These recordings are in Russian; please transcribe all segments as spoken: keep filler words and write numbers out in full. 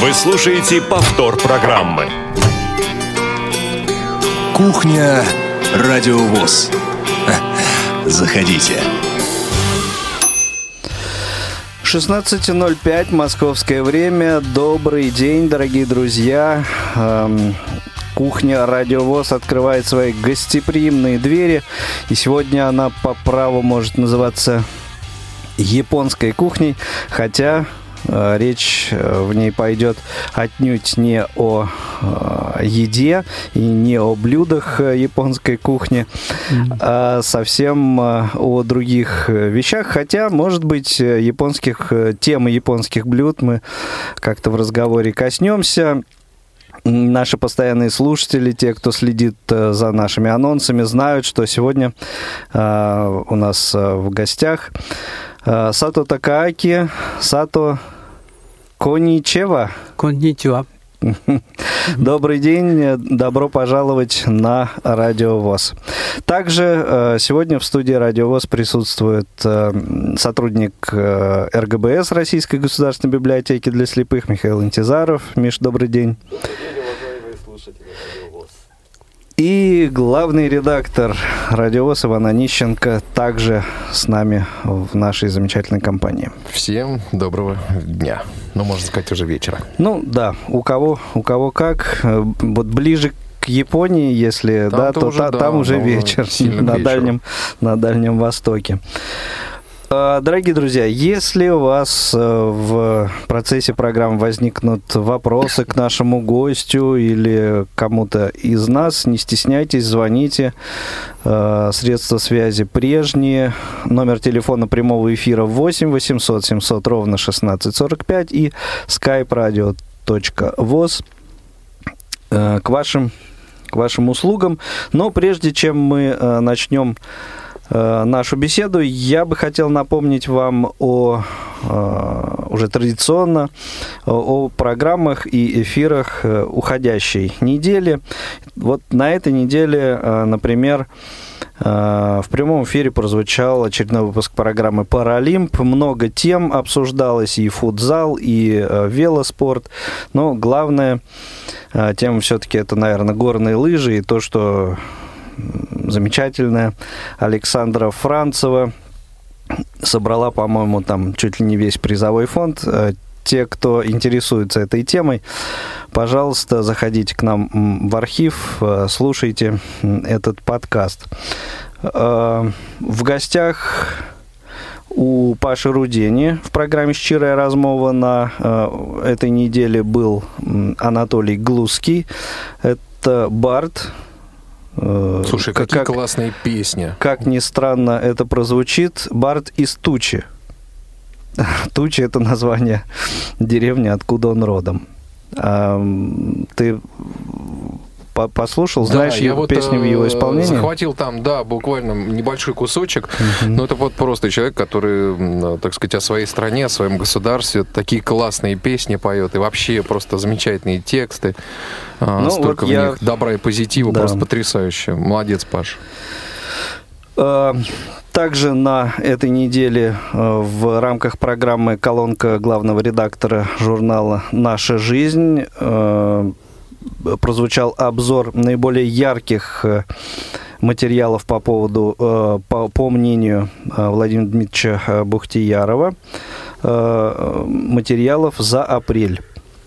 Вы слушаете повтор программы. Кухня Радио ВОС. Заходите. шестнадцать ноль пять московское время. Добрый день, дорогие друзья. Эм, Кухня Радио ВОС открывает свои гостеприимные двери. И сегодня она по праву может называться японской кухней, хотя э, речь в ней пойдет отнюдь не о э, еде и не о блюдах японской кухни, mm-hmm. а совсем э, о других вещах. Хотя, может быть, японских темы японских блюд мы как-то в разговоре коснемся. Наши постоянные слушатели, те, кто следит за нашими анонсами, знают, что сегодня э, у нас в гостях э, Сато Такааки. Сато, конничева. Конничева. Добрый день, добро пожаловать на Радио ВОС. Также э, сегодня в студии Радио ВОС присутствует э, сотрудник э, эр гэ бэ эс Российской государственной библиотеки для слепых Михаил Интизаров. Миш, добрый день. Добрый день, уважаемые слушатели Радио ВОС. И главный редактор Радио ВОС Иван Онищенко также с нами в нашей замечательной компании. Всем доброго дня. Ну, можно сказать, уже вечера. Ну, да, у кого, у кого как. Вот ближе к Японии, если, там да, то уже, та, да, там уже вечер на Дальнем, на Дальнем Востоке. Дорогие друзья, если у вас в процессе программы возникнут вопросы к нашему гостю или кому-то из нас, не стесняйтесь, звоните. Средства связи прежние. Номер телефона прямого эфира восемь восемьсот семьсот ровно шестнадцать сорок пять и skype radio точка voz к вашим, к вашим услугам. Но прежде чем мы начнем нашу беседу, я бы хотел напомнить вам о, уже традиционно, о программах и эфирах уходящей недели. Вот на этой неделе, например, в прямом эфире прозвучал очередной выпуск программы «Паралимп». Много тем обсуждалось, и футзал, и велоспорт. Но главная тема все-таки это, наверное, горные лыжи и то, что замечательная Александра Францева собрала, по-моему, там чуть ли не весь призовой фонд. Те, кто интересуется этой темой, пожалуйста, заходите к нам в архив, слушайте этот подкаст. В гостях у Паши Рудени в программе «Щирая размова» на этой неделе был Анатолий Глузский. Это бард. Слушай, как, какие как, классные песни. Как ни странно это прозвучит, бард из Тучи. Тучи – это название деревни, откуда он родом. А, ты по- послушал, знаешь, да, его, вот, песню в его исполнении? Захватил там, да, буквально небольшой кусочек. Uh-huh. Но это вот просто человек, который, так сказать, о своей стране, о своем государстве такие классные песни поет. И вообще просто замечательные тексты. Ну, столько вот в я... них добра и позитива, да. Просто потрясающе. Молодец, Паш. Также на этой неделе в рамках программы «Колонка» главного редактора журнала «Наша жизнь» прозвучал обзор наиболее ярких материалов по поводу, по, по мнению Владимира Дмитриевича Бухтиярова, материалов за апрель.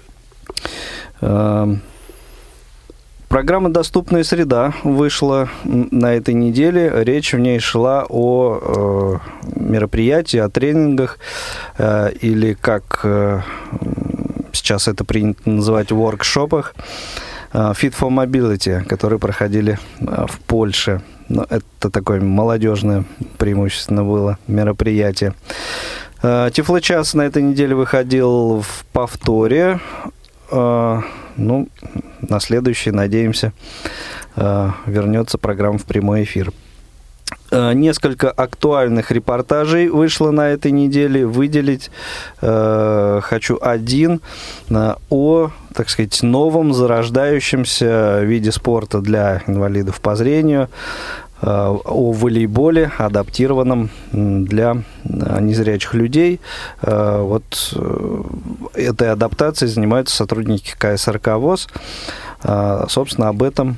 Программа «Доступная среда» вышла на этой неделе. Речь в ней шла о э, мероприятии, о тренингах, э, или, как э, сейчас это принято называть, воркшопах, э, Fit for Mobility, которые проходили э, в Польше. Но это такое молодежное преимущественно было мероприятие. Э, Тифлочас на этой неделе выходил в повторе. Э, ну, на следующий, надеемся, вернется программа в прямой эфир. Несколько актуальных репортажей вышло на этой неделе. Выделить хочу один о, так сказать, новом зарождающемся виде спорта для инвалидов по зрению. о волейболе, адаптированном для незрячих людей. Вот этой адаптацией занимаются сотрудники ка эс эр ка ВОС. Собственно, об этом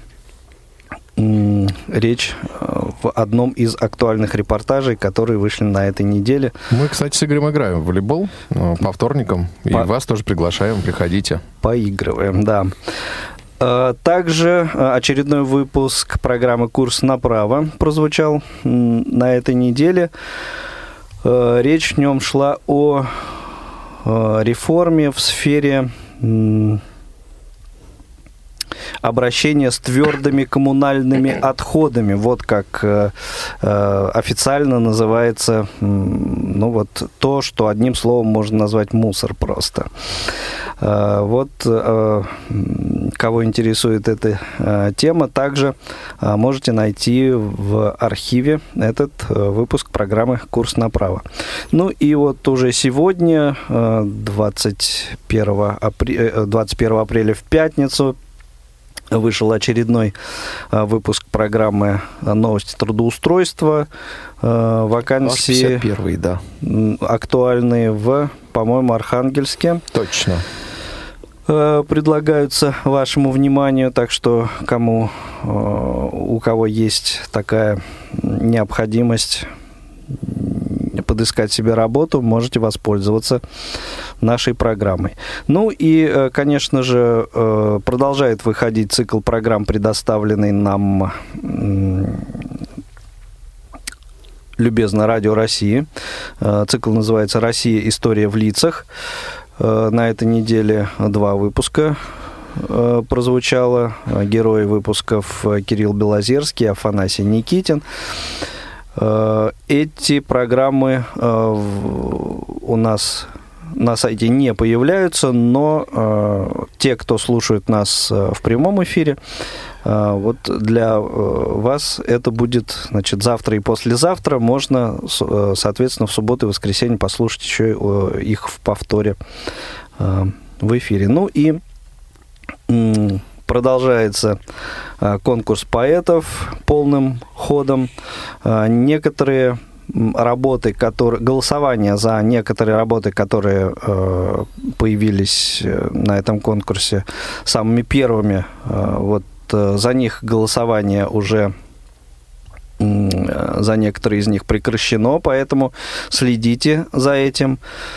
речь в одном из актуальных репортажей, которые вышли на этой неделе. Мы, кстати, с Игорем играем в волейбол по вторникам, и по... вас тоже приглашаем, приходите. Поигрываем, да. Также очередной выпуск программы «Курс направо» прозвучал на этой неделе. Речь в нем шла о реформе в сфере обращение с твердыми коммунальными отходами. Вот как э, э, официально называется, ну вот то, что одним словом можно назвать мусор просто. Э, вот э, кого интересует эта э, тема, также э, можете найти в архиве этот э, выпуск программы «Курс направо». Ну и вот уже сегодня, э, двадцать первого апреля в пятницу, вышел очередной выпуск программы «Новости трудоустройства». Вакансии пятьдесят первый, да. актуальные в, по-моему, Архангельске. Точно. Предлагаются вашему вниманию, так что кому, у кого есть такая необходимость подыскать себе работу, можете воспользоваться нашей программой. Ну и, конечно же, продолжает выходить цикл программ, предоставленный нам любезно Радио России. Цикл называется «Россия. История в лицах». На этой неделе два выпуска прозвучало. Герои выпусков Кирилл Белозерский и Афанасий Никитин. Эти программы у нас на сайте не появляются, но те, кто слушает нас в прямом эфире, вот для вас это будет, значит, завтра и послезавтра. Можно, соответственно, в субботу и воскресенье послушать еще их в повторе в эфире. Ну и продолжается конкурс поэтов полным ходом. Некоторые работы, которые, голосование за некоторые работы, которые появились на этом конкурсе самыми первыми, вот за них голосование уже, за некоторые из них прекращено, поэтому следите за этим.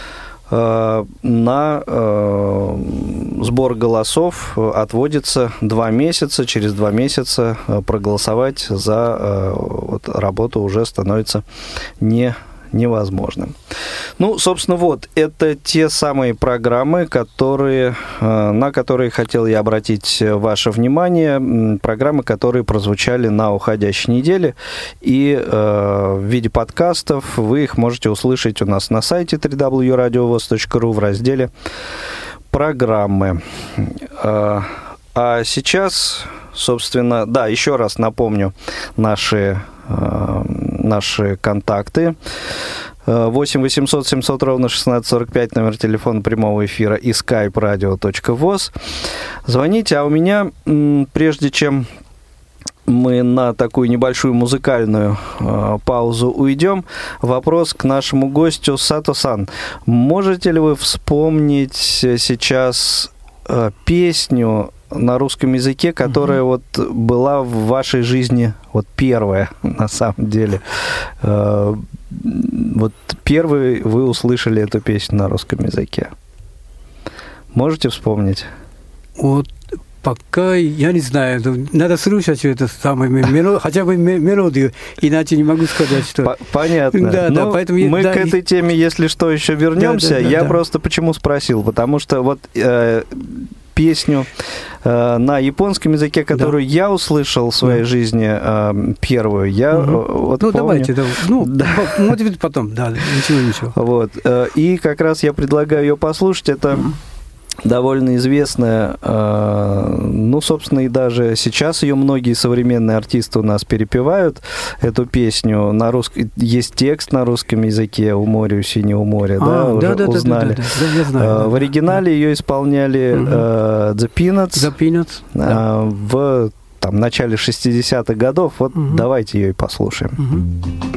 На э, сбор голосов отводится два месяца. Через два месяца проголосовать за э, вот, работу уже становится не, невозможным. Ну, собственно, вот, это те самые программы, которые, э, на которые хотел я обратить ваше внимание. Программы, которые прозвучали на уходящей неделе. И э, в виде подкастов вы их можете услышать у нас на сайте дабл ю дабл ю дабл ю точка радиовос точка ру в разделе «Программы». Э, а сейчас, собственно, да, еще раз напомню наши, э, наши контакты. восемь восемьсот семьсот ровно шестнадцать сорок пять, номер телефона прямого эфира, и skype radio точка voz. Звоните, а у меня, прежде чем мы на такую небольшую музыкальную э, паузу уйдем, вопрос к нашему гостю. Сато-сан, можете ли вы вспомнить сейчас э, песню на русском языке, которая mm-hmm. вот была в вашей жизни вот первая, на самом деле? Э, вот первый вы услышали эту песню на русском языке. Можете вспомнить? Вот пока я не знаю. Надо слушать это самое, мело, хотя бы мелодию, иначе не могу сказать, что... Понятно. Да, да, поэтому мы я, к да, этой теме, если что, еще вернемся. Да, да, да, я да. просто почему спросил? Потому что вот э, песню э, на японском языке, которую да. я услышал в своей да. жизни э, первую, я угу. вот ну, помню... давайте, да. Ну, да. может быть, потом, да, ничего, ничего. Вот. Э, и как раз я предлагаю ее послушать. Это... Угу. довольно известная, э, ну, собственно, и даже сейчас ее многие современные артисты у нас перепевают, эту песню на русском, есть текст на русском языке «У моря, у синего моря», а, да, уже да, узнали. Да, да, да, да, я знаю, э, да, в оригинале да. ее исполняли угу. э, The Peanuts, The Peanuts э, да. в там, начале шестидесятых годов. Вот угу. давайте ее и послушаем. Угу.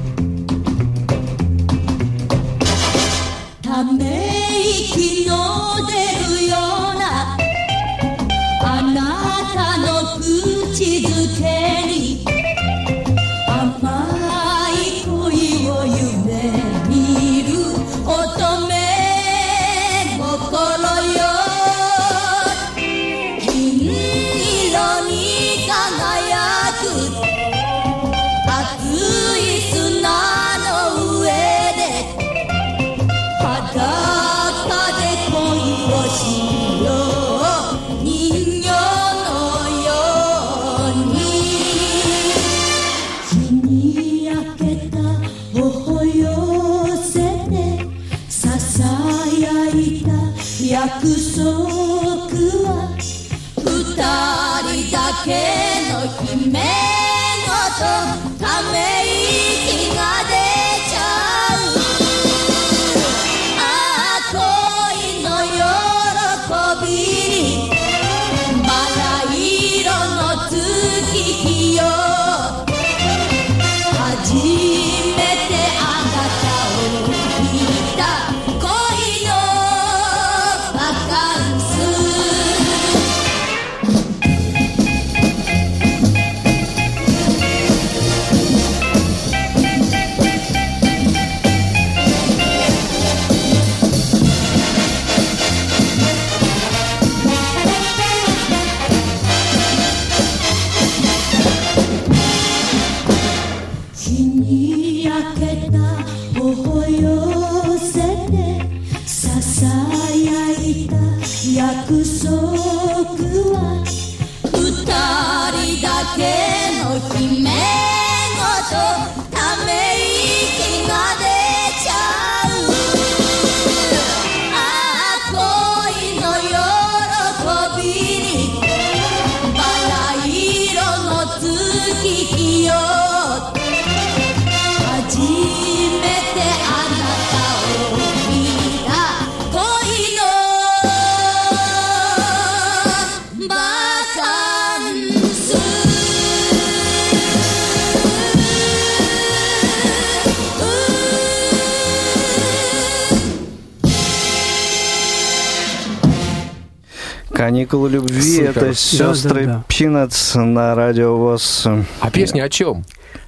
'Каникулы любви' — это сестры да, да, да. Пинац на Радио ВОС. А песня о чем?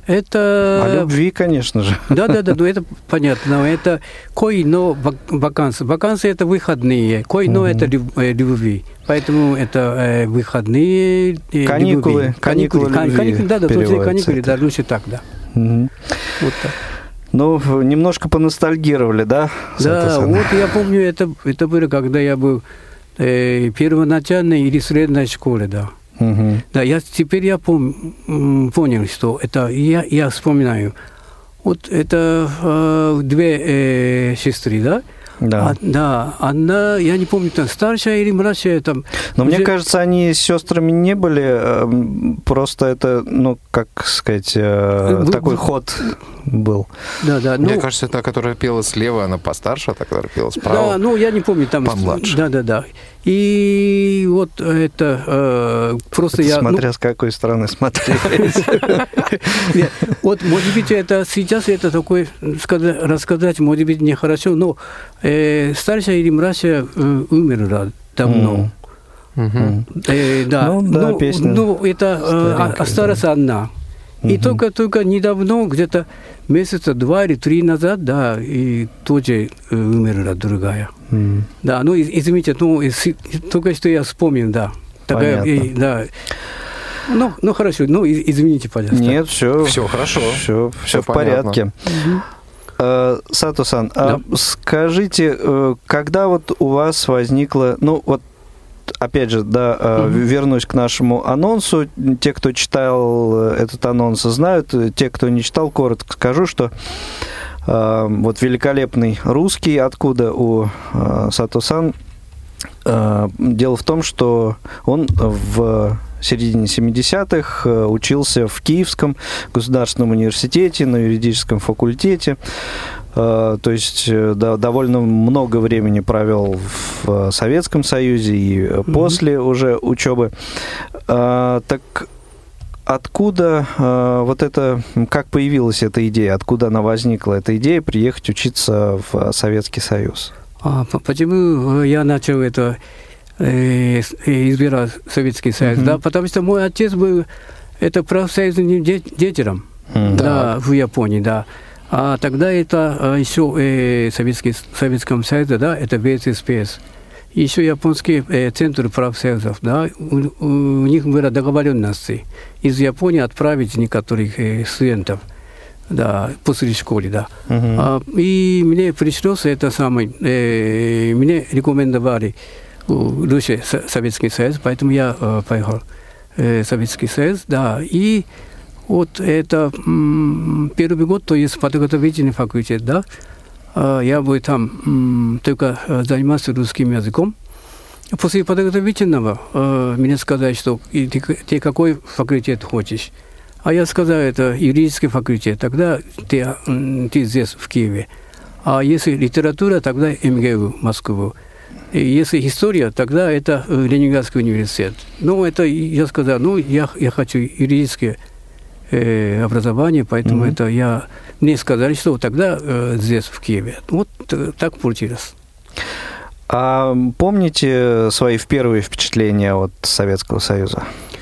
Это... О любви, конечно же. Да-да-да, ну это понятно. Это кой, но вакансии. Вакансии — это выходные. Кой, но это любви. Поэтому это выходные. Каникулы. Каникулы любви. Да-да, точно каникулы, да, лучше так, да. Вот так. Ну, немножко поностальгировали, да? Да, вот я помню, это, это было, когда я был э, первоначальной или средней школе, да. Угу. Да, я, теперь я пом, понял, что это, я, я вспоминаю, вот это э, две э, сестры, да? Да. А, да, она, я не помню, там старшая или младшая там. Но уже... мне кажется, они с сестрами не были, просто это, ну, как сказать, Вы... такой ход был. Да, да. Мне ну... кажется, та, которая пела слева, она постарше, а та, которая пела справа. Да, ну, я не помню, там... Помладше. Да, да, да. И вот это э, просто это я... Смотря ну... с какой стороны смотреть. Вот, может быть, это сейчас это такое рассказать, может быть, нехорошо, но старшая или младшая умерла давно. Да, ну, это осталась одна. И угу. только, только недавно, где-то месяца два или три назад, да, и тоже умерла другая. Mm. Да, ну, извините, ну, только что я вспомнил, да. Такая, и, да. Ну, ну, хорошо, ну, извините, пожалуйста. Нет, все. Все хорошо. Все, все в порядке. Угу. Сато-сан, да. а скажите, когда вот у вас возникла, ну, вот, опять же, да, mm-hmm. вернусь к нашему анонсу. Те, кто читал этот анонс, знают. Те, кто не читал, коротко скажу, что э, вот великолепный русский, откуда у э, Сато-сан. Э, дело в том, что он в середине семидесятых учился в Киевском государственном университете на юридическом факультете. То есть да, довольно много времени провел в Советском Союзе и mm-hmm. после уже учебы. А, так откуда а, вот это, как появилась эта идея, откуда она возникла, эта идея приехать учиться в Советский Союз? А, почему я начал это э, избирать Советский Союз? Mm-hmm. Да, потому что мой отец был это профсоюзным деятелем, mm-hmm. да, в Японии, да. А тогда это еще э, Советский, Советском Союзе, да, это вэ эс эс пэ эс. Еще японские э, центры профсоюзов, да, у, у них была договоренность из Японии отправить некоторых э, студентов, да, после школы, да. Uh-huh. А, и мне пришлось это самое, э, мне рекомендовали Россия, Советский Союз, поэтому я э, поехал в э, Советский Союз, да, и вот это м, первый год, то есть подготовительный факультет, да, я бы там м, только занимался русским языком. После подготовительного э, мне сказали, что ты, ты какой факультет хочешь. А я сказал, это юридический факультет, тогда ты, ты здесь, в Киеве. А если литература, тогда эм гэ у, Москву. И если история, тогда это Ленинградский университет. Ну, это я сказал, ну, я, я хочу юридическое э, образование, поэтому mm-hmm. это я... Мне сказали, что тогда э, здесь, в Киеве. Вот э, так получилось. А помните свои первые впечатления от Советского Союза?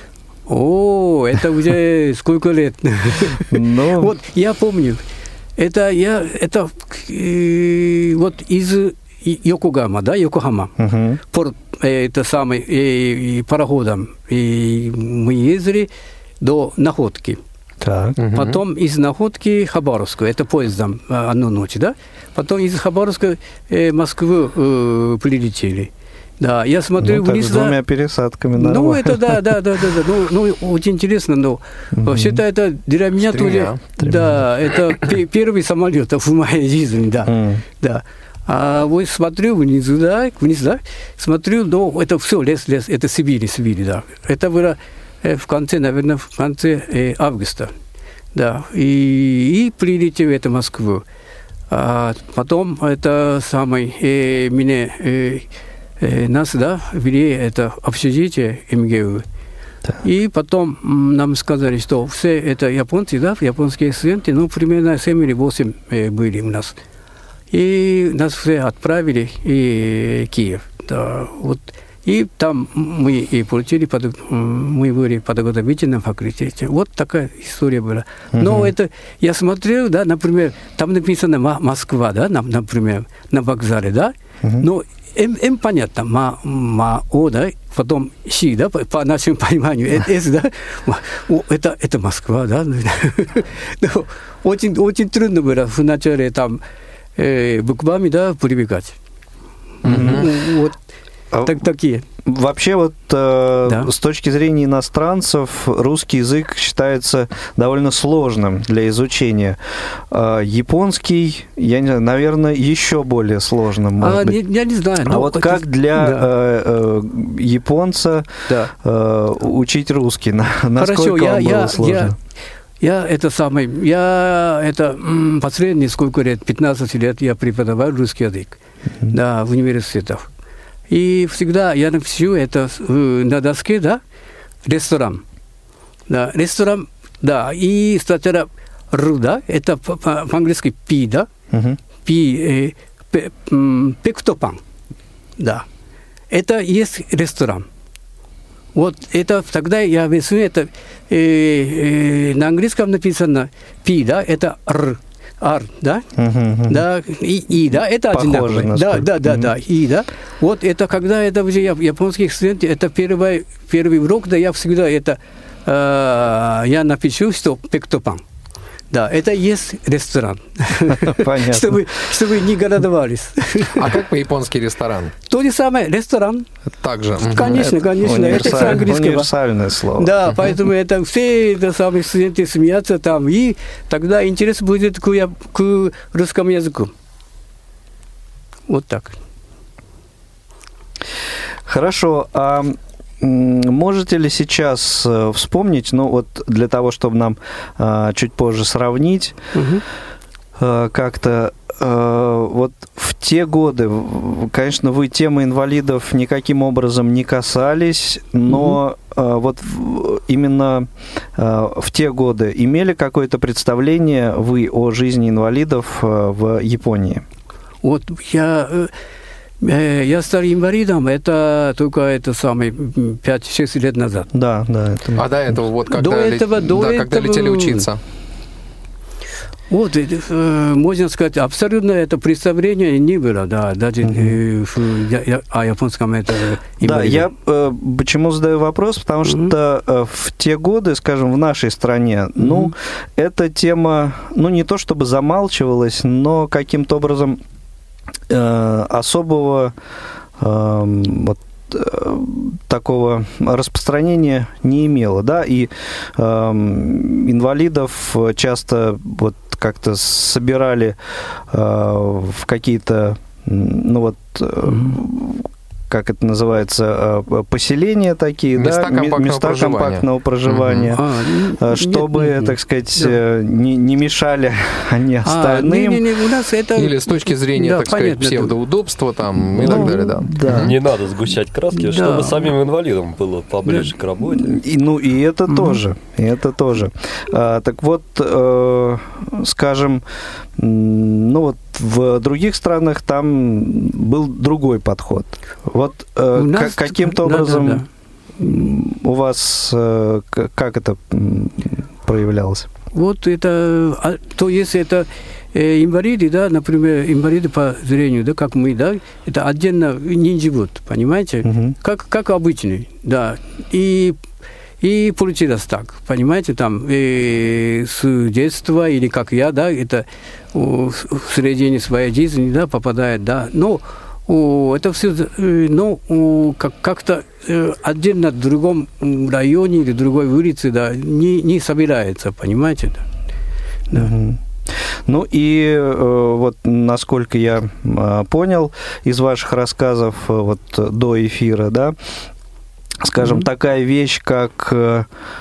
О, это уже сколько лет. Ну... Вот я помню. Это я, это э, вот из Йокогама, да, Йокохама. Uh-huh. Порт, э, это самый э, пароходом. И мы ездили до Находки. Так. Uh-huh. Потом из Находки Хабаровска, это поездом одну ночь, да? Потом из Хабаровска э, Москву э, прилетели. Да, я смотрю ну, вниз. С двумя пересадками. Ну, нормально. Это да, да, да, да, да. Ну, ну очень интересно, но uh-huh. вообще-то это для меня тоже, да, это первый самолет в моей жизни, да, uh-huh. да. А вот смотрю вниз, да, вниз, да, смотрю, ну, это все лес, лес, это Сибирь, Сибирь, да. Это было в конце, наверное, в конце э, августа, да, и, и прилетел это в Москву. А потом это самый, э, меня, э, э, нас, да, ввели это общежитие эм гэ у. Да. И потом нам сказали, что все это японцы, да, японские студенты, ну, примерно семь или восемь э, были у нас. И нас все отправили в Киев, да, вот. И там мы и получили, под, мы были в подготовительном факультете. Вот такая история была. Uh-huh. Но это, я смотрел, да, например, там написано Москва, да, например, на вокзале, да, uh-huh. но им, им понятно, ма, ма, о, да, потом Си, да, по, по нашему пониманию, С, да, о, это, это Москва, да. Очень, очень трудно было в начале там э, буквами, да, привыкать. Uh-huh. Вот. Так, такие. Вообще вот э, да. с точки зрения иностранцев русский язык считается довольно сложным для изучения. Э, японский, я не знаю, наверное, еще более сложным. Может а, быть. Не, я не знаю. А вот как для да. э, э, японца да. э, учить русский? Насколько Хорошо, он я, было я, сложно? Я, я это самый, я это последние сколько лет, пятнадцать лет я преподавал русский язык mm-hmm. да, в университетах. И всегда я напишу это на доске, да, ресторан. Да, ресторан, да, и статья Р, да, это по-английски Пи, да, uh-huh. Пи, э, пектопан, да. Это есть ресторан. Вот это тогда я объясню, это э, э, на английском написано Пи, да, это Р. Ар, да, uh-huh, да, и, и, да, это одинаково. Да, да, да, uh-huh. да, и, да. Вот это, когда это уже японских студентов, это первый, первый урок, да, я всегда это, э, я напишу, что пектопан. Да, это есть ресторан. Понятно. чтобы, чтобы не голодовались. А как по-японски ресторан? То же самое, ресторан. Так же? Конечно, это конечно. Это с английского. Универсальное слово. Да, поэтому это все это самые студенты смеются там, и тогда интерес будет к, к русскому языку. Вот так. Хорошо. А можете ли сейчас вспомнить, ну вот для того, чтобы нам а, чуть позже сравнить, угу. а, как-то э, вот в те годы, конечно, вы темы инвалидов никаким образом не касались, но mm-hmm. э, вот в, именно э, в те годы имели какое-то представление вы о жизни инвалидов э, в Японии? Вот я... Я стал инвалидом, это только это самое пять-шесть лет назад. Да, да. Это... А до этого, вот когда, до этого, лет... до да, этого... когда летели учиться? Вот, можно сказать, абсолютно это представление не было, да, даже mm-hmm. э, о японском это инвалиде. Да, я э, почему задаю вопрос, потому mm-hmm. что э, в те годы, скажем, в нашей стране, mm-hmm. ну, эта тема, ну, не то чтобы замалчивалась, но каким-то образом э, особого э, вот, э, такого распространения не имела, да, и э, инвалидов часто вот как-то собирали э, в какие-то, ну вот, mm-hmm. как это называется, поселения такие, места, да, компактного, места проживания. компактного проживания, mm-hmm. а, чтобы, нет, нет, так сказать, да. не, не мешали они остальным. А, не, не, не, у нас это... Или с точки зрения, да, так понятно, сказать, псевдоудобства там, ну, и так далее, да. да. Не надо сгущать краски, да. чтобы самим инвалидам было поближе да. к работе. И, ну, и это mm-hmm. тоже, и это тоже. А, так вот, э, скажем, ну вот в других странах там был другой подход. Вот э, нас... каким-то образом да, да, да. у вас э, как это проявлялось? Вот это, то есть это э, инвалиды, да, например, инвалиды по зрению, да, как мы, да, это отдельно не живут, понимаете, угу. как, как обычный, да, и И получилось так, понимаете, там э, с детства или как я, да, это о, в середине своей жизни, да, попадает, да, но о, это все, э, но о, как, как-то э, отдельно в другом районе или другой улице, да, не, не собирается, понимаете, да. да. Mm-hmm. Ну и э, вот насколько я э, понял из ваших рассказов э, вот до эфира, да, скажем, mm-hmm. такая вещь, как э,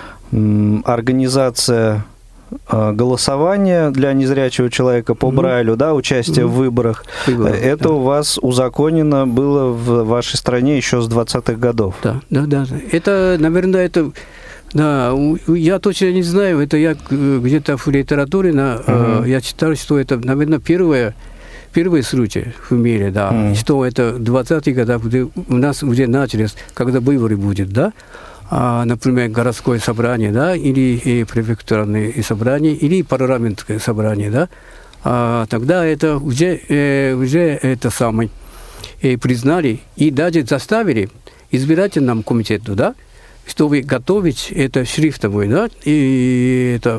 организация э, голосования для незрячего человека по mm-hmm. Брайлю, да, участие mm-hmm. в выборах, Выбор, это да. у вас узаконено было в вашей стране еще с двадцатых годов. Да, да, да. Это, наверное, это... Да, я точно не знаю, это я где-то в литературе, на, mm-hmm. я читал, что это, наверное, первое, первый случай в мире, да, mm. что это в двадцатых годах, где у нас уже начались, когда выборы будет, да, а, например, городское собрание, да, или и префектурное собрание, или парламентское собрание, да, а, тогда это уже, э, уже это самое э, признали и даже заставили избирательному комитету, да, чтобы готовить это шрифтовое, да, и это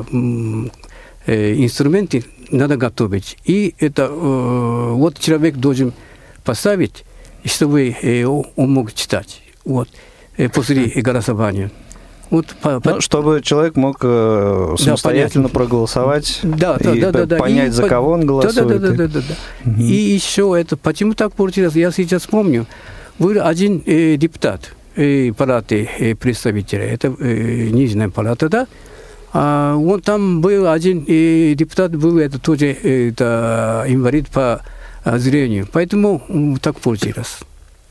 э, инструменты надо готовить. И это э, вот человек должен поставить, чтобы э, он мог читать вот, э, после голосования. Вот, по, ну, чтобы человек мог э, самостоятельно да, проголосовать да, и да, да, да, понять, и, за кого он голосует. Да, да, да, да, да, да. Угу. И еще это, почему так получилось, я сейчас помню, был один э, депутат э, палаты э, представителей, это э, нижняя палата, да, а он там был один и депутат был, это тоже это инвалид по зрению, поэтому так получилось.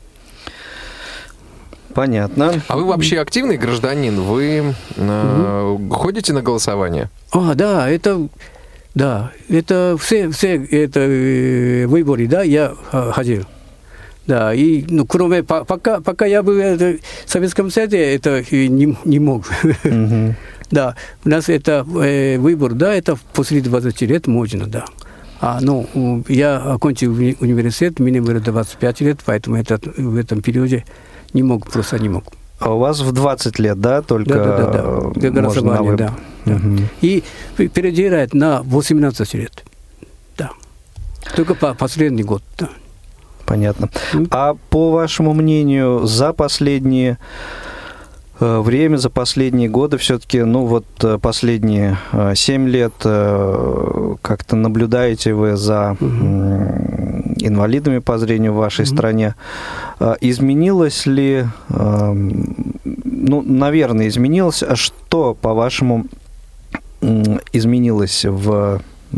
Понятно. А вы вообще активный гражданин? Вы э, ходите на голосование? А, да, это, да, это все, все это э, выборы, да, я ходил. Да, и, ну, кроме, пока, пока я был в Советском Союзе, это не, не мог. Mm-hmm. Да, у нас это э, выбор, да, это после двадцати лет можно, да. А, ну, я окончил университет, мне было двадцать пять лет, поэтому это, в этом периоде не мог, просто не мог. А у вас в двадцать лет, да, только да, да, да, да. Для можно на выбор? Да, угу. да. И переделает на восемнадцать лет, да. Только по последний год, да. Понятно. Mm. А по вашему мнению, за последние э, время, за последние годы все-таки, ну вот э, последние э, семь лет э, как-то наблюдаете вы за mm-hmm. э, инвалидами по зрению в вашей mm-hmm. стране. Э, изменилось ли, э, ну, наверное, изменилось, а что, по-вашему, э, изменилось в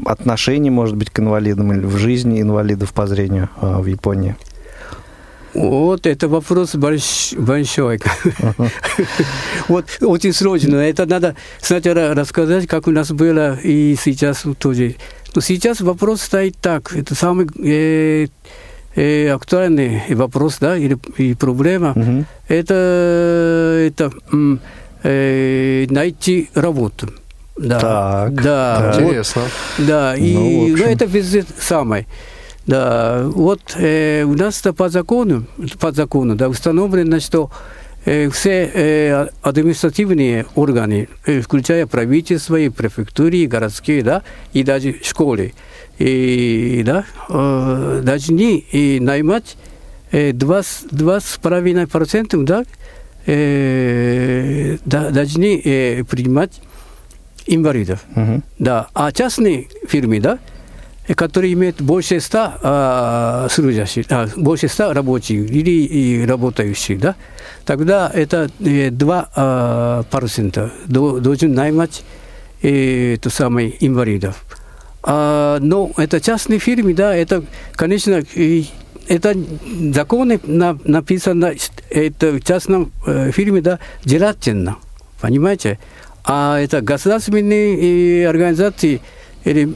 отношение, может быть, к инвалидам или в жизни инвалидов по зрению в Японии? Вот это вопрос больш, большой. Uh-huh. Вот очень сложно. Это надо сначала рассказать, как у нас было и сейчас тоже. Но сейчас вопрос стоит так. Это самый э, э, актуальный вопрос, да, или и проблема. Uh-huh. Это, это э, найти работу. Да, так, да, так. Интересно. Вот, да, и ну, ну, это везде самое. Да, вот э, у нас по закону, по закону, да, установлено, что э, все э, административные органы, э, включая правительство и префектуры, и городские, да, и даже школы, и, да, э, должны и наймать э, двадцать с половиной процентов, да, э, да, должны э, принимать инвалидов. Uh-huh. Да, а частные фирмы, да, которые имеют больше ста а, служащих, а, больше ста рабочих или и работающих, да, тогда это два процента должен наймать э, то самое инвалидов. А, но это частные фирмы, да, это, конечно, это законы на, написано, это в частном э, фирме, да, желательно, понимаете? А это государственные организации или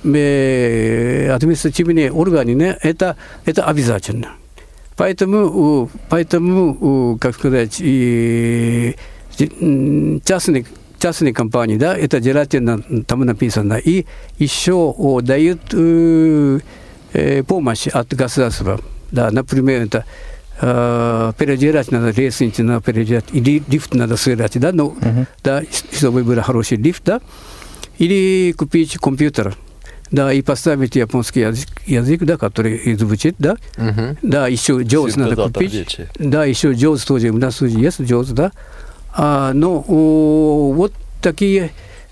э, административные органы, не, это, это обязательно. Поэтому, поэтому как сказать, и частные, частные компании, да, это желательно там написано. И еще о, дают э, э, помощь от государства. Да, например, это э, переделать надо, лестницу надо переделать, или лифт надо собирать, да, ну, uh-huh. да, чтобы был хороший лифт, да. Или купить компьютер, да, и поставить японский язык, язык, да, который звучит, да. Uh-huh. Да, еще джоуз надо купить. Речи. Да, еще джоуз тоже, у нас тоже есть джоуз, да. А, но о, вот такие,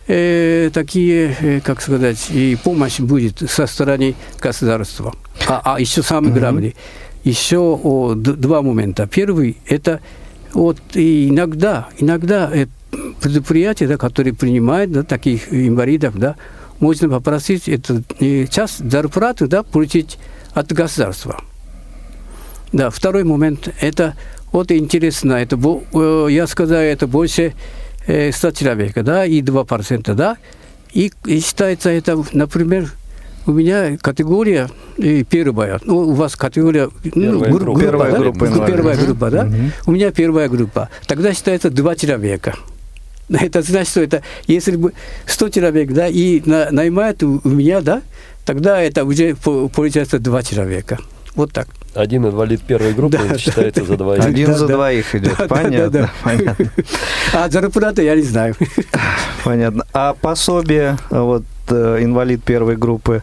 э, такие, э, как сказать, и помощь будет со стороны государства. А, а еще самое uh-huh. главное, еще о, д- два момента. Первый, это вот иногда, иногда это предприятия, да, которые принимают, да, таких инвалидов, да, можно попросить это, часть зарплаты, да, получить от государства. Да, второй момент, это вот интересно, это, я сказал, это больше ста человек, да, и два процента, да, и, и считается это, например, у меня категория э, первая, ну, у вас категория, ну, группа, группа, первая, да? группа, первая группа, да, угу. У меня первая группа, тогда считается два человека. Это значит, что это, если бы сто человек, да, и на, наймают у, у меня, да, тогда это уже получается два человека. Вот так. Один инвалид первой группы да, считается да, за двоих. Один да, за да, двоих идет. Да, понятно, да, да. понятно. А зарплата я не знаю. Понятно. А пособие, вот, инвалид первой группы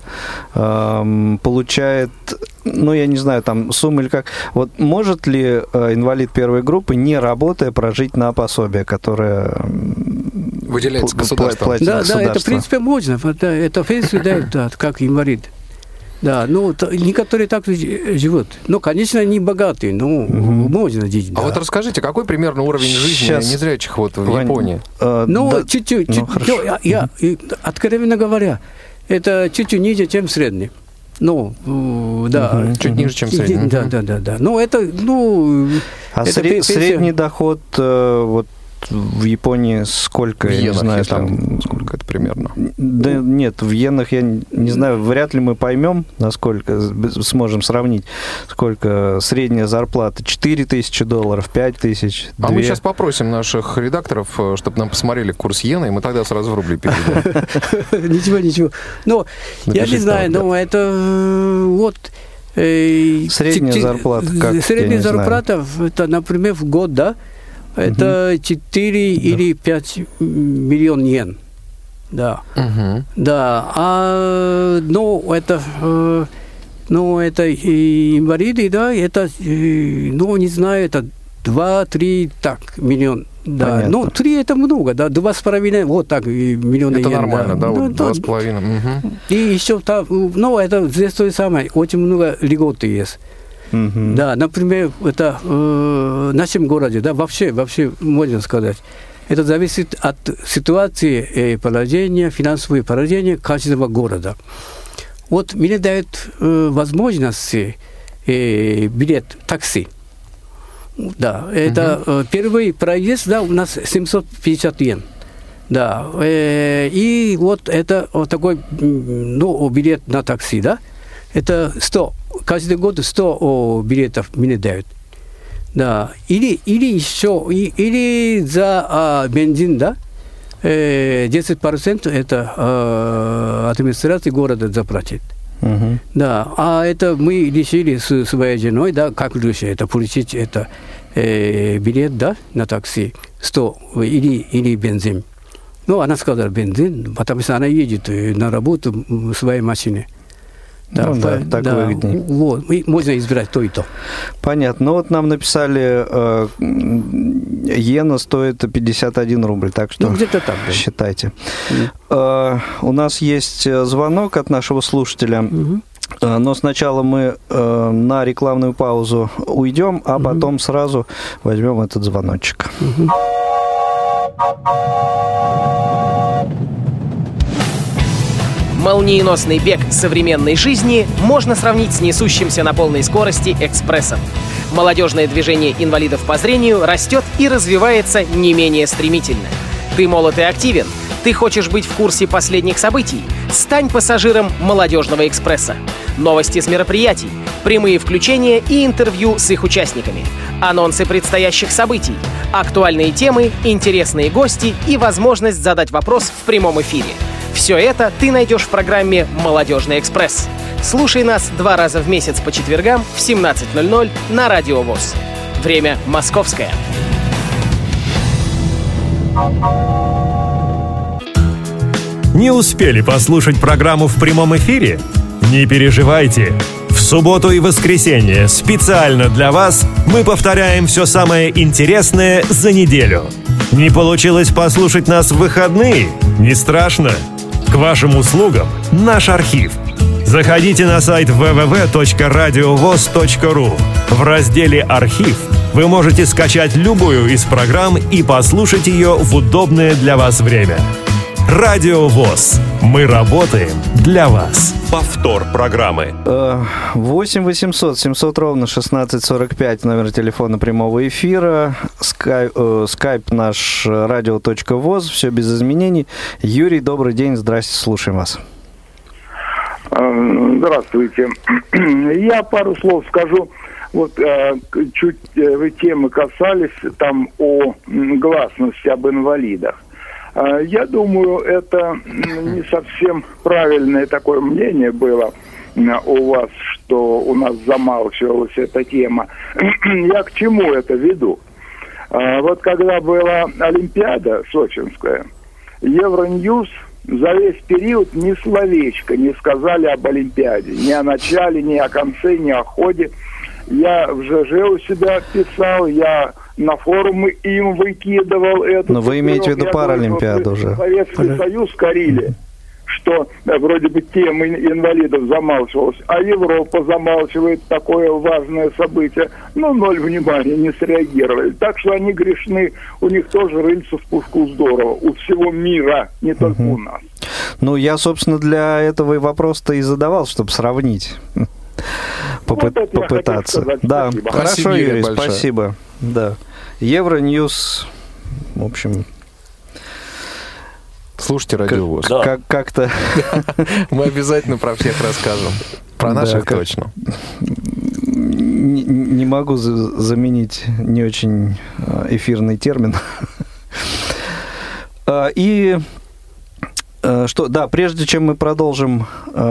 э, получает, ну, я не знаю, там, сумму или как. Вот может ли э, инвалид первой группы, не работая, прожить на пособие, которое выделяется государством? Платит да, государство? Да, это, в принципе, можно. Это, это пенсию дают, да, как инвалид. Да, ну, то, некоторые так живут. Ну, конечно, не богатые, но угу. можно жить. А да. вот расскажите, какой примерно уровень жизни Сейчас... незрячих вот в Вань... Японии? Э, ну, да... чуть-чуть. Ну, чуть, я, я, откровенно говоря, это чуть-чуть ниже, чем средний. Ну, да. Угу. Чуть ниже, чем средний. Да, да, да, да. Ну, это, ну... А это сред... пенсия... средний доход, вот, в Японии сколько, в я иенах, не знаю, если там... Сколько это примерно? Да нет, в иенах я не знаю, вряд ли мы поймем, насколько сможем сравнить, сколько средняя зарплата. четыре тысячи долларов, пять тысяч, А мы сейчас попросим наших редакторов, чтобы нам посмотрели курс иены, и мы тогда сразу в рубли переведем. Ничего, ничего. Ну, я не знаю, но это вот... Средняя зарплата, как? Средняя зарплата, это, например, в год, да? Это четыре uh-huh. или пять миллионов йен. Да. Uh-huh. Да. А, ну, это, э, ну, это инвалиды, да, это, э, ну, не знаю, это два-три, так, миллион. Да. Понятно. Ну, три это много, да, два с половиной, вот так, миллиона это йен. Это нормально, да, да, вот два с половиной. Угу. И еще, там, ну, это здесь то же самое, очень много льготы есть. Uh-huh. Да, например, это э, в нашем городе, да, вообще, вообще можно сказать, это зависит от ситуации э, положения, финансового положения каждого города. Вот мне дают э, возможность э, билет такси. Да, это uh-huh. э, первый проезд, да, у нас семьсот пятьдесят йен. Да, э, и вот это вот такой, ну, билет на такси, да, это сто, каждый год сто о, билетов мне дают. Да, или, или еще, и, или за а, бензин, да, э, десять процентов это а, администрация города заплатит. Uh-huh. Да, а это мы решили с своей женой, да, как лучше это получить, это э, билет, да, на такси, сто или, или бензин. Ну, она сказала бензин, потому что она едет на работу в своей машине. Да, ну, да, так да, выгоднее. Вот, можно избирать то и то. Понятно. Ну, вот нам написали, э, иена стоит пятьдесят один рубль, так что ну, где-то так, да. Считайте. Mm. Э, у нас есть звонок от нашего слушателя, mm-hmm. э, но сначала мы э, на рекламную паузу уйдем, а mm-hmm. потом сразу возьмем этот звоночек. Mm-hmm. Молниеносный бег современной жизни можно сравнить с несущимся на полной скорости экспрессом. Молодежное движение инвалидов по зрению растет и развивается не менее стремительно. Ты молод и активен? Ты хочешь быть в курсе последних событий? Стань пассажиром молодежного экспресса. Новости с мероприятий, прямые включения и интервью с их участниками, анонсы предстоящих событий, актуальные темы, интересные гости и возможность задать вопрос в прямом эфире. Все это ты найдешь в программе «Молодежный экспресс». Слушай нас два раза в месяц по четвергам в семнадцать ноль ноль на Радио ВОС. Время московское. Не успели послушать программу в прямом эфире? Не переживайте. В субботу и воскресенье специально для вас мы повторяем все самое интересное за неделю. Не получилось послушать нас в выходные? Не страшно. К вашим услугам наш архив. Заходите на сайт дабл ю дабл ю дабл ю точка радиовос точка ру. В разделе «Архив» вы можете скачать любую из программ и послушать ее в удобное для вас время. Радио ВОС. Мы работаем для вас. Повтор программы. восемь восемьсот семьсот ровно шестнадцать сорок пять номер телефона прямого эфира. Скайп, э, скайп наш радио.воз. Все без изменений. Юрий, добрый день. Здрасте, слушаем вас. Здравствуйте. Я пару слов скажу. Вот чуть вы темы касались там о гласности об инвалидах. Я думаю, это не совсем правильное такое мнение было у вас, что у нас замалчивалась эта тема. Я к чему это веду? Вот когда была Олимпиада сочинская, Евроньюз за весь период ни словечко не сказали об Олимпиаде. Ни о начале, ни о конце, ни о ходе. Я в ЖЖ у себя писал, я на форумы им выкидывал это. Но вы имеете в виду Паралимпиаду уже. Советский Союз корили, что да, вроде бы тема инвалидов замалчивалась, а Европа замалчивает такое важное событие. Ну, ноль внимания, не среагировали. Так что они грешны, у них тоже рыльца в пушку здорово. У всего мира, не только угу. у нас. Ну, я, собственно, для этого и вопрос-то и задавал, чтобы сравнить. Попы- вот попытаться. Да, спасибо. Хорошо, спасибо, Юрий, большое. Спасибо. Да. Евроньюз, в общем... Слушайте Радио ВОС. Да. Как- как-то... Мы обязательно про всех расскажем. Про наших да, точно. Не, не могу за- заменить не очень эфирный термин. И что, да, прежде чем мы продолжим...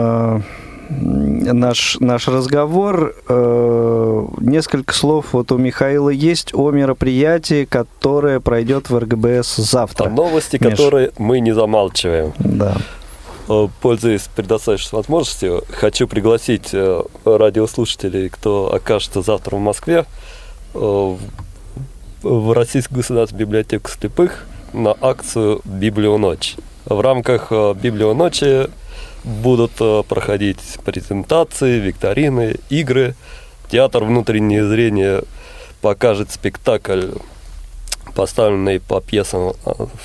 Наш, наш разговор. Э, несколько слов вот у Михаила есть о мероприятии, которое пройдет в эр гэ бэ эс завтра. О новости, Миш. Которые мы не замалчиваем. Да. Пользуясь предоставившейся возможностью, хочу пригласить радиослушателей, кто окажется завтра в Москве, в Российскую государственную библиотеку слепых на акцию «Библионочь». В рамках «Библионочи» будут проходить презентации, викторины, игры. Театр «Внутреннее зрение» покажет спектакль, поставленный по пьесам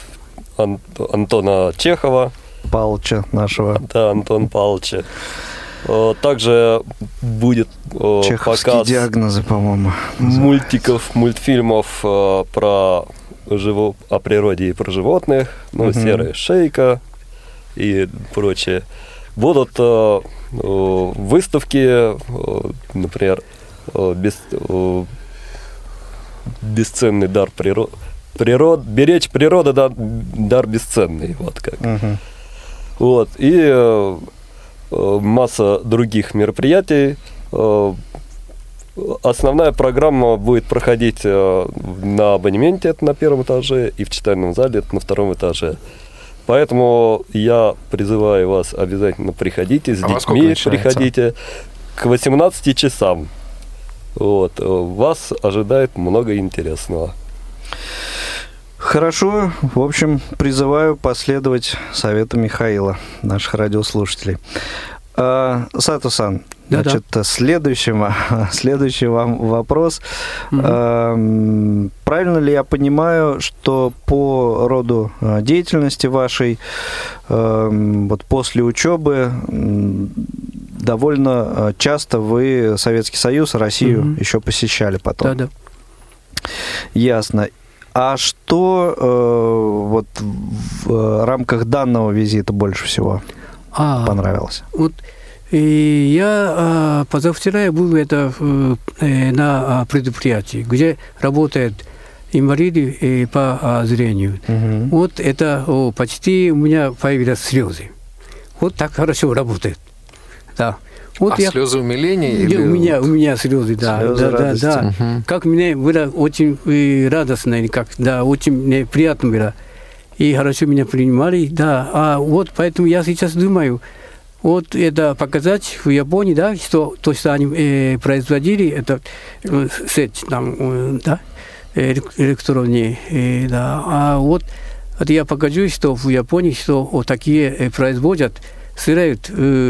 Антона Чехова. Павловича нашего. Да, Антон Павловича. Также будет показ диагнозы, по-моему, мультиков, мультфильмов про живо... о природе и про животных, ну, угу. серая шейка и прочее. Будут выставки, например, без... бесценный дар природы. Природ... Беречь природу, да, дар бесценный. Вот как. Uh-huh. Вот. И э, масса других мероприятий. Э, основная программа будет проходить э, на абонементе, это на первом этаже, и в читальном зале, это на втором этаже. Поэтому я призываю вас обязательно приходите, с а детьми приходите к восемнадцати часам. Вот. Вас ожидает много интересного. Хорошо. В общем, призываю последовать совету Михаила, наших радиослушателей. А, Сато-сан, да, значит, да. Следующий, следующий вам вопрос. Угу. А, правильно ли я понимаю, что по роду деятельности вашей а, вот после учебы довольно часто вы Советский Союз, Россию угу. еще посещали потом? Да, да. Ясно. А что э, вот в рамках данного визита больше всего а, понравилось? Вот и я а, позавчера я был это, э, на предприятии, где работают инвалиды э, по а, зрению. Угу. Вот это о, почти у меня появились слезы. Вот так хорошо работает. Да. Вот а я, слезы умиления? Или... У меня, у меня слезы, да. Слезы да, да, да. Угу. Как мне было очень радостно, как, да, очень мне приятно было. И хорошо меня принимали, да. А вот поэтому я сейчас думаю, вот это показать в Японии, да, что то, что они э, производили, это э, сеть там, э, да, электронные, э, да. А вот это я покажу, что в Японии, что вот такие э, производят, стирают,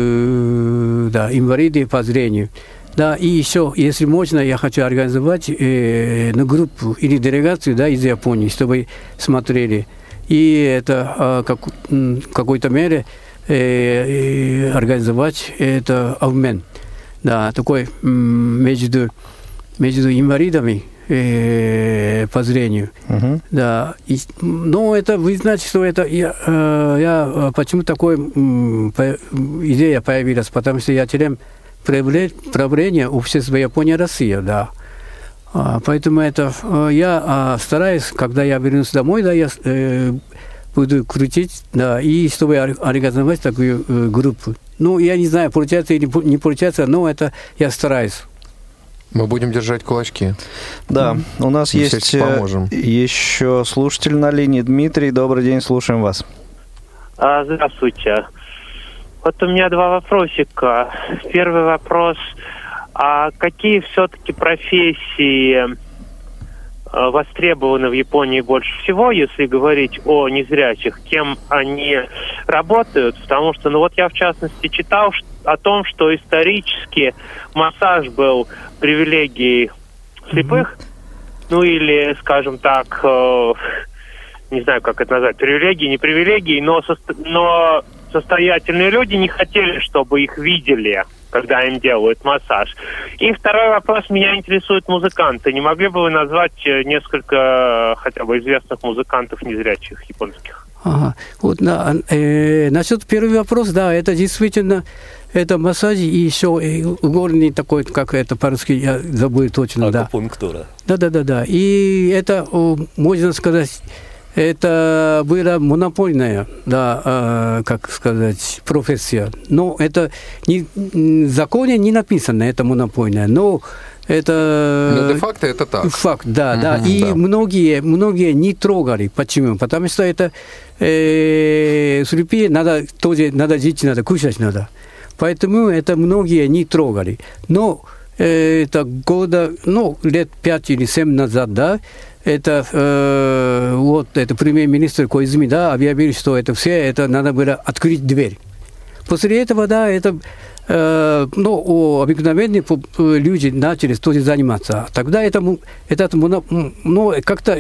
э, да, инвалиды по зрению. Да, и еще, если можно, я хочу организовать э, на группу или делегацию, да, из Японии, чтобы смотрели. И это э, как, в какой-то мере э, э, организовать это обмен. Да, такой э, между, между инвалидами э, по зрению. Uh-huh. Да. И, но это, вы знаете, что это я, э, я почему такой э, по, идея появилась, потому что я член правления общества Япония Россия, да. А, поэтому это э, я а, стараюсь, когда я вернусь домой, да, я э, буду крутить, да, и чтобы организовать такую э, группу. Ну, я не знаю, получается или не получается, но это я стараюсь. Мы будем держать кулачки. Да, у нас Мы есть еще слушатель на линии. Дмитрий, добрый день, слушаем вас. А, здравствуйте. Вот у меня два вопросика. Первый вопрос. А какие все-таки профессии востребованы в Японии больше всего, если говорить о незрячих, кем они работают? Потому что, ну вот я в частности читал о том, что исторически массаж был привилегией слепых, mm-hmm. ну или, скажем так, э, не знаю, как это назвать, привилегии, не привилегии, но, со, но состоятельные люди не хотели, чтобы их видели, когда им делают массаж. И второй вопрос, меня интересуют музыканты. Не могли бы вы назвать несколько хотя бы известных музыкантов незрячих японских? Ага. Вот, да, э, насчет первый вопрос, да, это действительно это массаж и еще э, горный такой, как это по-русски, я забыл точно, да. Акупунктура. Да, да, да, да. И это, можно сказать, это была монопольная, да, э, как сказать, профессия. Но это не, в законе не написано, это монопольная, но это... Но де-факто это так. Факт, да, угу, да. И да. многие, многие не трогали. Почему? Потому что это э, слепые, надо, тоже надо жить, надо кушать надо. Поэтому это многие не трогали. Но э, это года, ну, лет пять или семь назад, да, это э, вот это премьер-министр Коизуми, да, объявил, что это все, это надо было открыть дверь. После этого, да, это э, ну, обыкновенные люди начали тоже заниматься. Тогда это, этот, ну, как-то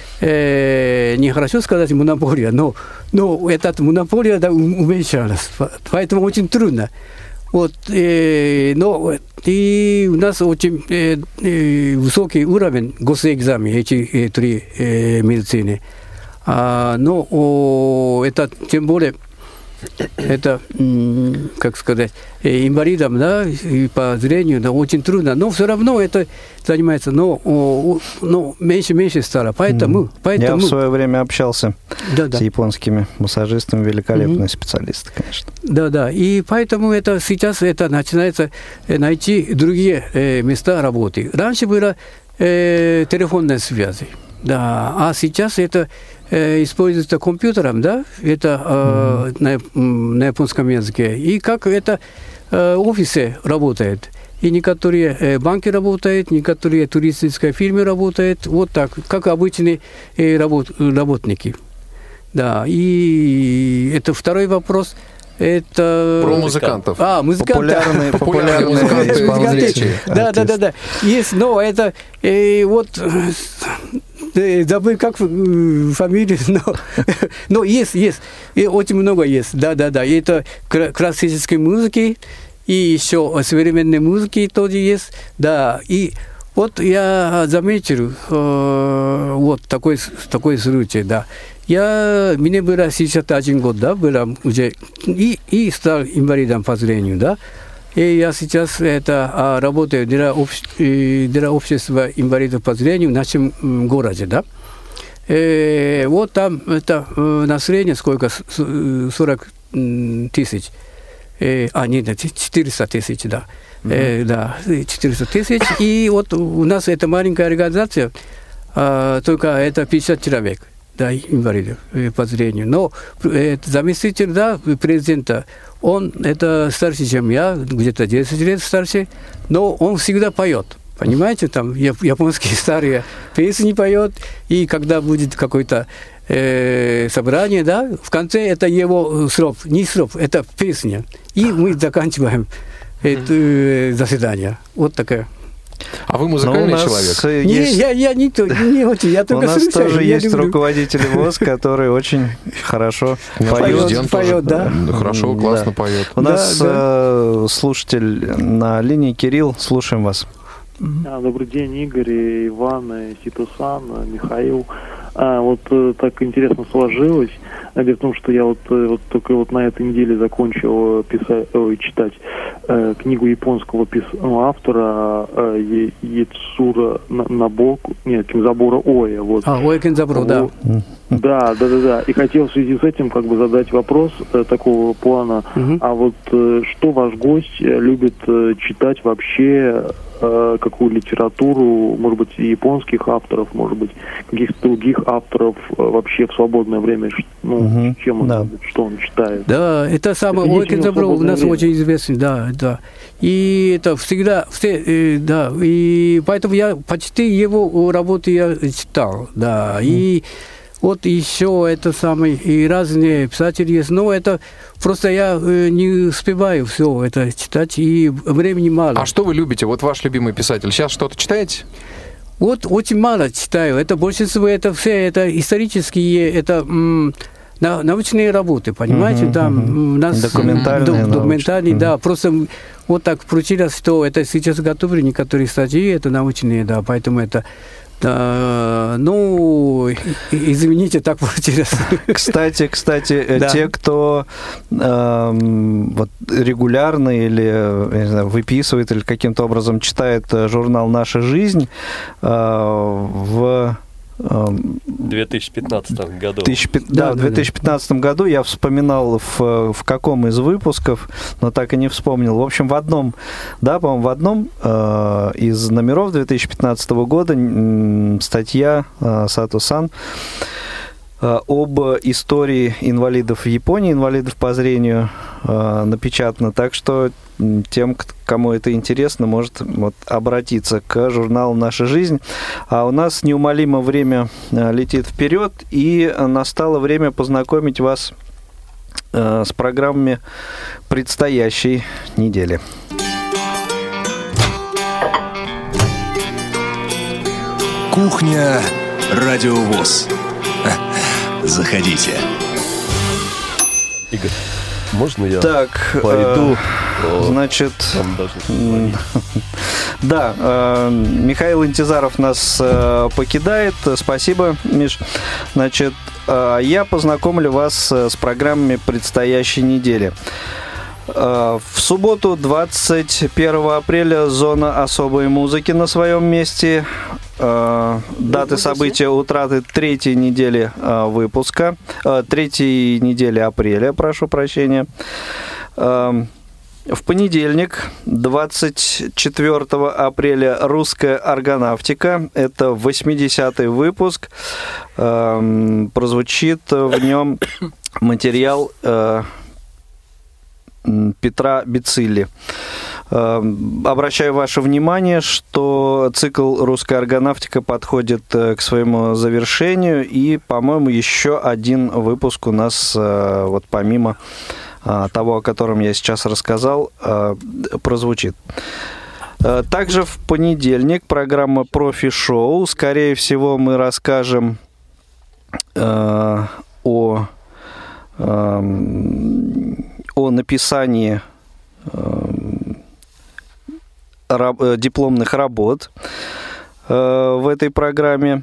э, нехорошо сказать монополия, но, но эта монополия, да, уменьшалась. Поэтому очень трудно. Вот, э, но и у нас очень э, э, высокий уровень госэкзамен, эти э, три э, медицины. А, но о, это тем более, это, как сказать, инвалидам, да, и по зрению, да, очень трудно, но все равно это занимается, но, о, но меньше-меньше стало, поэтому, mm. поэтому... Я в свое время общался да, да. с японскими массажистами, великолепные mm-hmm. специалисты, конечно. Да-да, и поэтому это сейчас это начинается найти другие э, места работы. Раньше было э, телефонная связь, да, а сейчас это э, используется компьютером, да, это э, mm-hmm. на, на японском языке, и как это э, офисы работает. И некоторые э, банки работают, некоторые туристические фирмы работают, вот так, как обычные э, работ, работники. Да, и это второй вопрос. Это... Про музыкантов. А, музыканты. Популярные, популярные музыканты. музыканты. Да, да, да, да. Есть, но это э, вот э, забыл, как фамилию, но, но есть, есть. И очень много есть. Да, да, да. И это классической музыки, и еще современной музыки тоже есть. Да, и вот я заметил э, вот такой, такой случай, да. Я, мне было шестьдесят один год, да, было уже, и, и стал инвалидом по зрению, да. И я сейчас это, а, работаю для, общ, для общества инвалидов по зрению в нашем городе, да. И вот там это население сколько? сорок тысяч. И, а, нет, четыреста тысяч, да. Mm-hmm. И, да, четыреста тысяч. И вот у нас это маленькая организация, а, только это пятьдесят человек. Да, инвалидов по зрению. Но это заместитель, да, президента, он это старше, чем я, где-то десять лет старше, но он всегда поет. Понимаете, там японские старые песни поет, и когда будет какое-то э, собрание, да, в конце это его слов, не слов, это песня. И мы заканчиваем это э, заседание. Вот такая. А вы музыкальный человек? Есть... Не, я, я не, не очень, я только У нас слушаю, тоже есть люблю. руководители ВОС, которые очень хорошо поют. Поет, да? Хорошо, классно да. поет. У да, нас да. Э, слушатель на линии. Кирилл, слушаем вас. А, добрый день, Игорь, Иван, Ситосан, Михаил. А, вот э, так интересно сложилось. Дело в том, что я вот, вот только вот на этой неделе закончил писать, ой, читать э, книгу японского пис, ну, автора э, Яцура Набоку, нет, Кинзабура Оя. Вот. А, Оя Кинзабура, да. Да, да, да, да. И хотел в связи с этим как бы задать вопрос э, такого плана. Угу. А вот э, что ваш гость любит э, читать вообще, э, какую литературу, может быть, японских авторов, может быть, каких-то других авторов э, вообще в свободное время, ну, угу. чем он, да. что он читает? Да, это самое, Оя Кинзабура у нас время. Очень известный, да, да. И это всегда, все, э, да, и поэтому я почти его работы я читал, да, и вот еще это самое, и разные писатели есть, но это просто я э, не успеваю все это читать, и времени мало. А что вы любите? Вот ваш любимый писатель. Сейчас что-то читаете? Вот очень мало читаю. Это большинство, это все, это исторические, это м, на, научные работы, понимаете, uh-huh, там uh-huh. у нас документальные, д, документальные, uh-huh. да, просто вот так получилось, что это сейчас готовили некоторые статьи, это научные, да, поэтому это Да, ну, извините, так получилось. Кстати, кстати, да. те, кто э, вот, регулярно или я не знаю, выписывает или каким-то образом читает журнал «Наша жизнь», э, в в две тысячи пятнадцатом году. Тысяч, да, да, в две тысячи пятнадцатом году я вспоминал, в, в каком из выпусков, но так и не вспомнил. В общем, в одном, да, по-моему, в одном э, из номеров две тысячи пятнадцатого года э, статья э, Сато-сан э, об истории инвалидов в Японии, инвалидов по зрению э, напечатана. Так что тем, кому это интересно, может вот, обратиться к журналу «Наша жизнь». А у нас неумолимо время летит вперед, и настало время познакомить вас э, с программами предстоящей недели. Кухня Радио ВОС. Заходите. Игорь. Можно я так, пойду? Э, значит, да, э, Михаил Интизаров нас э, покидает. Спасибо, Миш. Значит, э, я познакомлю вас с программами предстоящей недели. В субботу, двадцать первого апреля, зона особой музыки на своем месте. Даты события утраты третьей недели выпуска, третьей недели апреля, прошу прощения. В понедельник, двадцать четвёртого апреля, русская органавтика. Это восьмидесятый выпуск. Прозвучит в нем материал Петра Бицилли. Обращаю ваше внимание, что цикл «Русская органавтика» подходит к своему завершению, и, по-моему, еще один выпуск у нас, вот помимо того, о котором я сейчас рассказал, прозвучит. Также в понедельник программа «Профи-шоу». Скорее всего, мы расскажем о... о написании э, раб, дипломных работ э, в этой программе.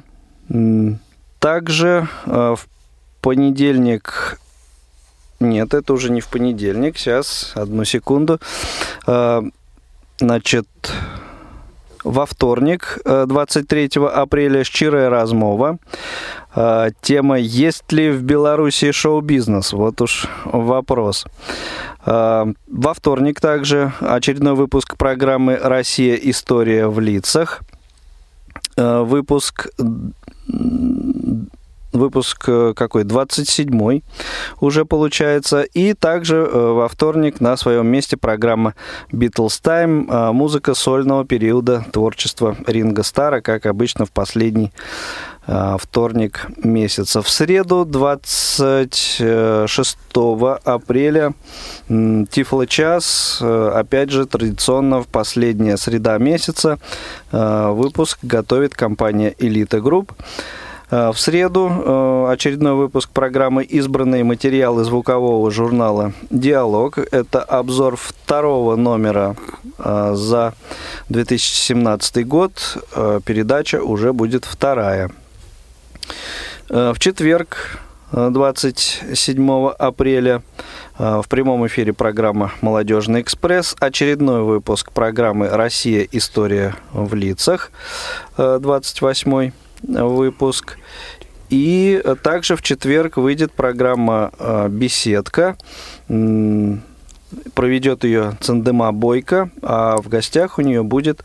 Также э, в понедельник... Нет, это уже не в понедельник. Сейчас, одну секунду. Э, значит, во вторник, двадцать третьего апреля, «Щирая размова». Тема «Есть ли в Беларуси шоу-бизнес?» Вот уж вопрос. Во вторник также очередной выпуск программы «Россия. История в лицах». Выпуск... Выпуск какой? двадцать седьмой уже получается. И также во вторник на своем месте программа Beatles Time, музыка сольного периода творчества Ринго Старра, как обычно, в последний вторник месяца. В среду, двадцать шестого апреля, Тифло-час, опять же, традиционно в последняя среда месяца. Выпуск готовит компания Elite Group. В среду очередной выпуск программы «Избранные материалы» звукового журнала «Диалог». Это обзор второго номера за две тысячи семнадцатый год. Передача уже будет вторая. В четверг, двадцать седьмого апреля, в прямом эфире программа «Молодежный экспресс». Очередной выпуск программы «Россия. История в лицах», двадцать восьмой выпуск. И также в четверг выйдет программа «Беседка». Проведет ее Цандема Бойко, а в гостях у нее будет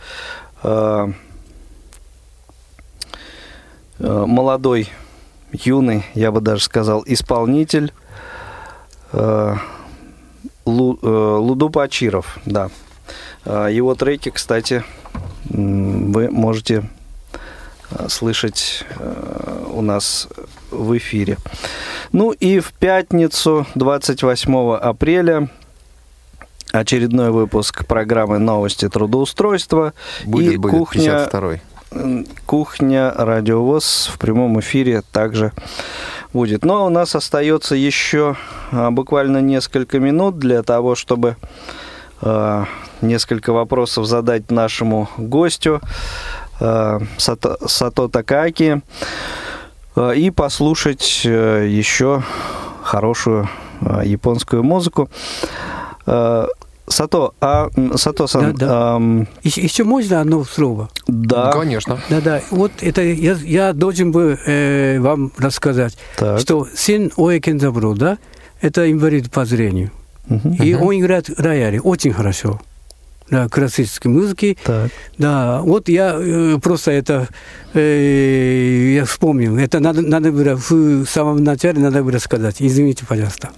молодой, юный, я бы даже сказал, исполнитель Лудуп Ачиров. Да. Его треки, кстати, вы можете слышать у нас в эфире. Ну и в пятницу, двадцать восьмого апреля, очередной выпуск программы «Новости трудоустройства». Будет, и будет, кухня, пятьдесят второй. Кухня Радиовоз в прямом эфире также будет. Но у нас остается еще буквально несколько минут для того, чтобы э, несколько вопросов задать нашему гостю Сато, Сато Такааки и послушать еще хорошую японскую музыку. Сато, а Сато-сан... Да, да. Эм... Еще, еще можно одно слово? Да. Ну, конечно. Да, да. Вот это я, я должен был э, вам рассказать, так. что сын Оэ Кензабуро, да, это инвалид по зрению. Uh-huh. И uh-huh. он играет рояль очень хорошо. Да, классической музыки. Так. Да, вот я э, просто это э, я вспомнил. Это надо, надо было в самом начале надо было сказать. Извините, пожалуйста.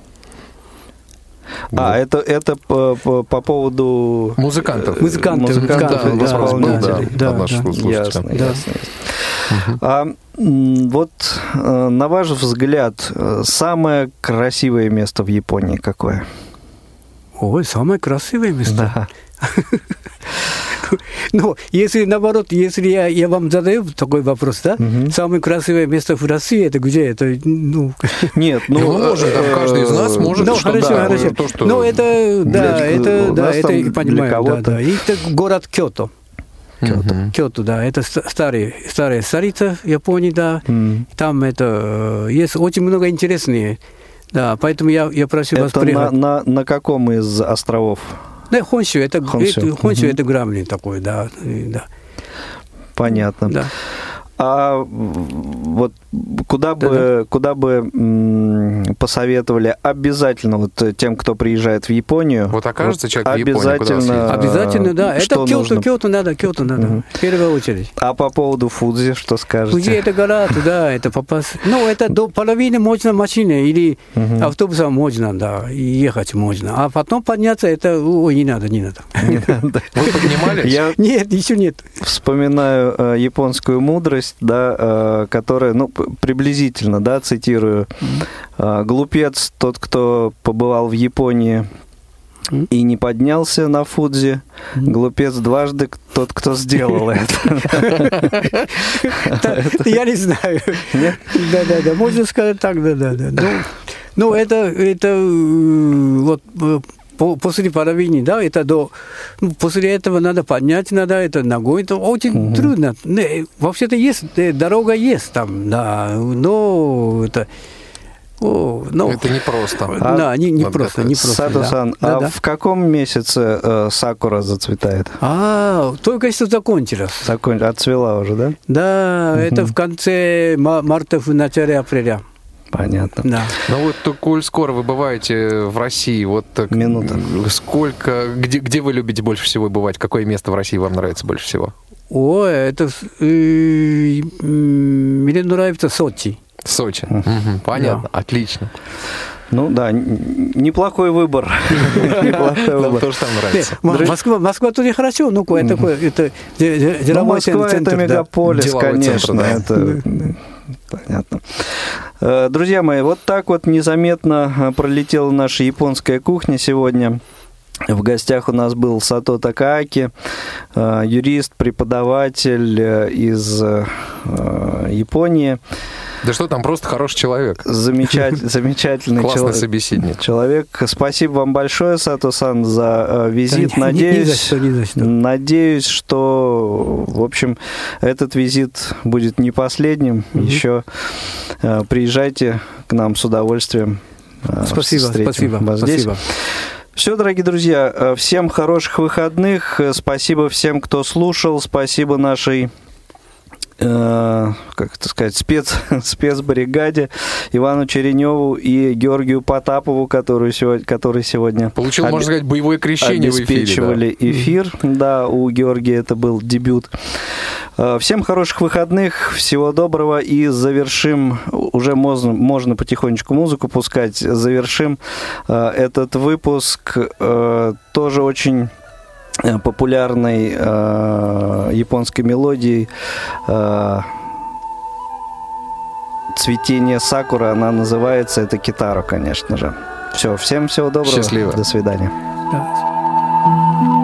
А, это, это по, по, по поводу... Музыкантов. Музыкантов. Музыкантов, да, исполнителей. Да, да, да, да. Ясно, да. ясно. Угу. А вот, на ваш взгляд, самое красивое место в Японии какое? Ой, самое красивое место? Да. ну, если наоборот, если я, я вам задаю такой вопрос, да, угу. самое красивое место в России, это где? Это, ну... Нет, ну, ну может, там каждый из нас может. Ну, хорошо, да, хорошо. То, что... Ну, это, да, для, это, да, это, понимаю, да, да. И это город Кёто. Кёто, uh-huh. Кёто, да, это старый, старая столица Японии, да, uh-huh. там это, есть очень много интересных, да, поэтому я, я прошу это вас приехать. На, на, на каком из островов? Да, Хонсю, это, Хонсю, это, Хонсю, uh-huh. это Грамлин такой, да, да. Понятно. Да. А вот куда бы, Да-да. куда бы м, посоветовали обязательно вот тем, кто приезжает в Японию? Вот окажется вот человек в Японии, обязательно, куда обязательно, да. Это Кёто, нужно? Кёто надо, Кёто надо, угу. в первую очередь. А по поводу Фудзи, что скажете? Фудзи это гора, туда, это попасть. Ну, это до половины можно машиной или угу. автобусом можно, да, и ехать можно. А потом подняться, это, ой, не надо, не надо. Вы поднимались? Нет, еще нет. Вспоминаю японскую мудрость, да, которая, ну, приблизительно, да, цитирую, глупец тот, кто побывал в Японии и не поднялся на Фудзи, глупец дважды тот, кто сделал это. Я не знаю. Да-да-да, можно сказать так, да-да-да. Ну, это, это вот после половины, да, это до... После этого надо поднять, надо это ногой, это очень угу. трудно. Вообще-то есть, дорога есть там, да, но это... О, ну, это непросто. А, да, не, не просто, не просто. Сато-сан, да. а да, в каком месяце э, сакура зацветает? А, только что закончилась. Закон... Отцвела уже, да? Да, угу. это в конце марта, в начале апреля. Понятно. Да. Ну вот, коль скоро вы бываете в России, вот минута. Сколько, где, где вы любите больше всего бывать? Какое место в России вам нравится больше всего? Ой, это э, мне нравится Сочи. Сочи. Угу, понятно, да. Отлично. Ну да, неплохой выбор. Неплохой выбор. Тоже там нравится. Москва, Москва тоже хорошо, ну это это деловой центр. Москва это мегаполис, конечно. Это понятно. Друзья мои, вот так вот незаметно пролетела наша японская кухня сегодня. В гостях у нас был Сато Такааки, юрист, преподаватель из Японии. Да что там, просто хороший человек. Замечательный, замечательный Классный человек, собеседник. Человек. Спасибо вам большое, Сато-сан, за визит. Да, надеюсь, ни за что, ни за что. надеюсь, что, в общем, этот визит будет не последним. Угу. Еще uh, приезжайте к нам с удовольствием. Uh, спасибо, спасибо, вас спасибо. Здесь. Все, дорогие друзья, всем хороших выходных. Спасибо всем, кто слушал. Спасибо нашей... как это сказать, спец, спецбригаде Ивану Череневу и Георгию Потапову, который сегодня, который сегодня получил, об... можно сказать, боевое крещение в эфире. Обеспечивали да. эфир. Да, у Георгия это был дебют. Всем хороших выходных, всего доброго, и завершим, уже можно, можно потихонечку музыку пускать, завершим этот выпуск тоже очень популярной э, японской мелодией э, «Цветение сакуры». Она называется, это китаро, конечно же. Все, всем всего доброго. Счастливо. До свидания. Да.